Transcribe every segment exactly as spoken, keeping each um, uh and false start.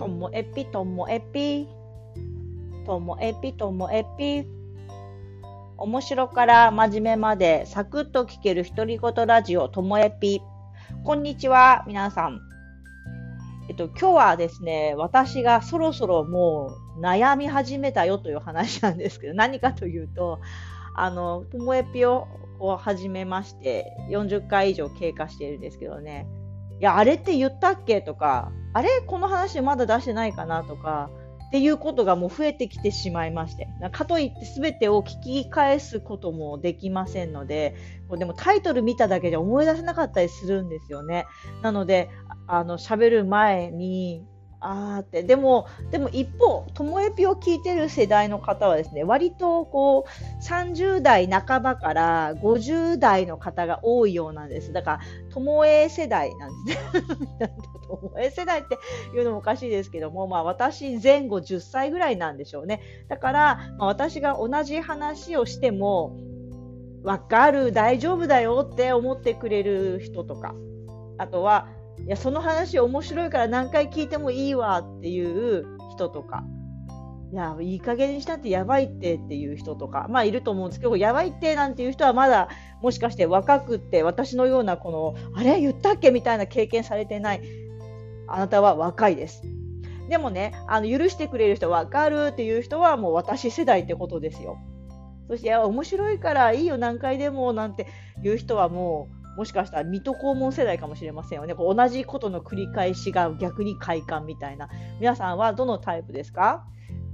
ともえぴともえぴともえぴともえぴ面白から真面目までサクッと聞ける独り言ラジオともえぴ。こんにちは皆さん。えっと今日はですね、私がそろそろもう悩み始めたよという話なんですけど、何かというと、あのともえぴをこう始めましてよんじゅっかい以上経過しているんですけどね、いやあれって言ったっけとか、あれこの話まだ出してないかなとかっていうことがもう増えてきてしまいまして、かといって全てを聞き返すこともできませんので、でもタイトル見ただけじゃ思い出せなかったりするんですよね。なのであの喋る前にあーってでもでも一方ともえぴを聞いてる世代の方はですね、割とこうさんじゅう代半ばからごじゅう代の方が多いようなんです。だからともえ世代なんですね。ともえ世代っていうのもおかしいですけども、まあ、私前後じゅっさいぐらいなんでしょうね。だから、まあ、私が同じ話をしてもわかる、大丈夫だよって思ってくれる人とか、あとはいやその話面白いから何回聞いてもいいわっていう人とか、いやいい加減にしたってやばいってっていう人とか、まあいると思うんですけど、やばいってなんていう人はまだもしかして若くって私のようなこのあれ言ったっけみたいな経験されてないあなたは若いです。でもね、あの許してくれる人、分かるっていう人はもう私世代ってことですよ。そして面白いからいいよ何回でもなんていう人はもうもしかしたら水戸黄門世代かもしれませんよね。こう同じことの繰り返しが逆に快感みたいな。皆さんはどのタイプですか？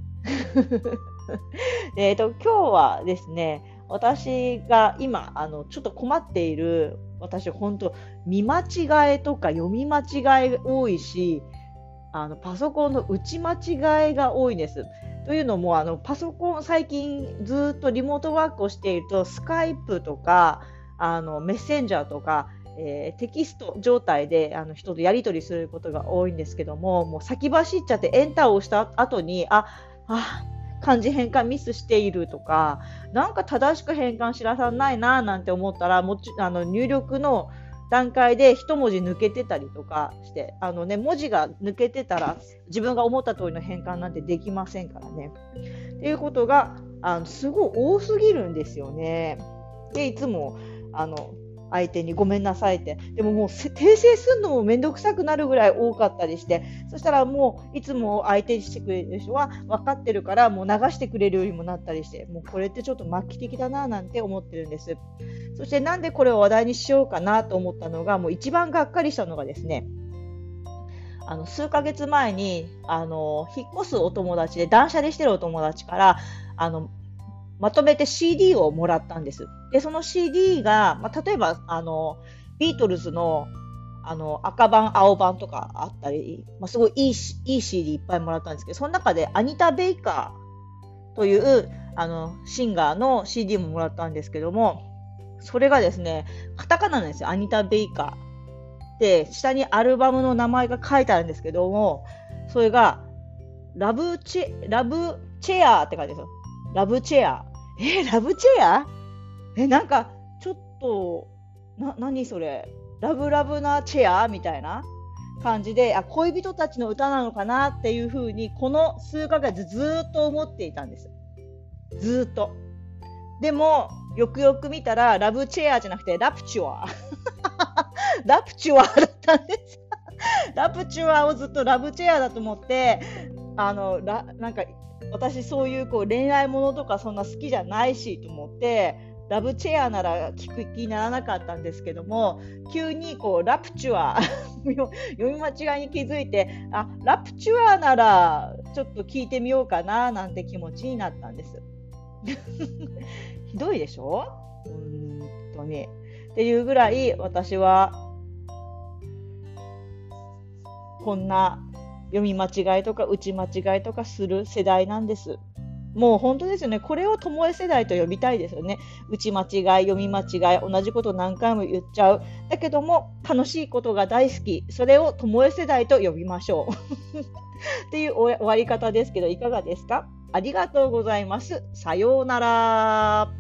えーと今日はですね、私が今あのちょっと困っている、私本当見間違いとか読み間違いが多いし、あのパソコンの打ち間違いが多いんです。というのもあのパソコン最近ずっとリモートワークをしているとスカイプとかあのメッセンジャーとか、えー、テキスト状態であの人とやり取りすることが多いんですけども、もう先走っちゃってエンターを押した後にああ漢字変換ミスしているとか、なんか正しく変換しらさないななんて思ったら、もちあの入力の段階で一文字抜けてたりとかして、あの、ね、文字が抜けてたら自分が思った通りの変換なんてできませんからね。っていうことがあのすごい多すぎるんですよね。でいつもあの相手にごめんなさいって、でももう訂正するのもめんどくさくなるぐらい多かったりして、そしたらもういつも相手にしてくれる人は分かってるからもう流してくれるようにもなったりして、もうこれってちょっと末期的だななんて思ってるんです。そしてなんでこれを話題にしようかなと思ったのが、もう一番がっかりしたのがですね、あの数ヶ月前にあの引っ越すお友達で断捨離してるお友達からあのまとめて シーディー をもらったんです。でその シーディー が、まあ、例えばあのビートルズの、あの赤版青版とかあったり、まあ、すごいいい、いい シーディー いっぱいもらったんですけど、その中でアニタ・ベイカーというあのシンガーの シーディー ももらったんですけども、それがですねカタカナなんですよ。アニタ・ベイカーで下にアルバムの名前が書いてあるんですけども、それがラブチェラブチェアって書いてあるんですよ。ラブチェア。えー、ラブチェアえなんかちょっとな何それラブラブなチェアみたいな感じで、あ恋人たちの歌なのかなっていう風にこの数ヶ月ずっと思っていたんです。ずっと。でもよくよく見たらラブチェアじゃなくてラプチュアラプチュアだったんですラプチュアをずっとラブチェアだと思って、あのラなんか私そういう、こう恋愛ものとかそんな好きじゃないしと思ってラブチェアなら聞く気にならなかったんですけども、急にこうラプチュア読み間違いに気づいて、あラプチュアならちょっと聞いてみようかななんて気持ちになったんですひどいでしょ本当にっていうぐらい、私はこんな読み間違いとか打ち間違いとかする世代なんです。もう本当ですよね。これをともえ世代と呼びたいですよね。打ち間違い、読み間違い、同じこと何回も言っちゃう。だけども楽しいことが大好き。それをともえ世代と呼びましょうっていう終わり方ですけど、いかがですか？ありがとうございます。さようなら。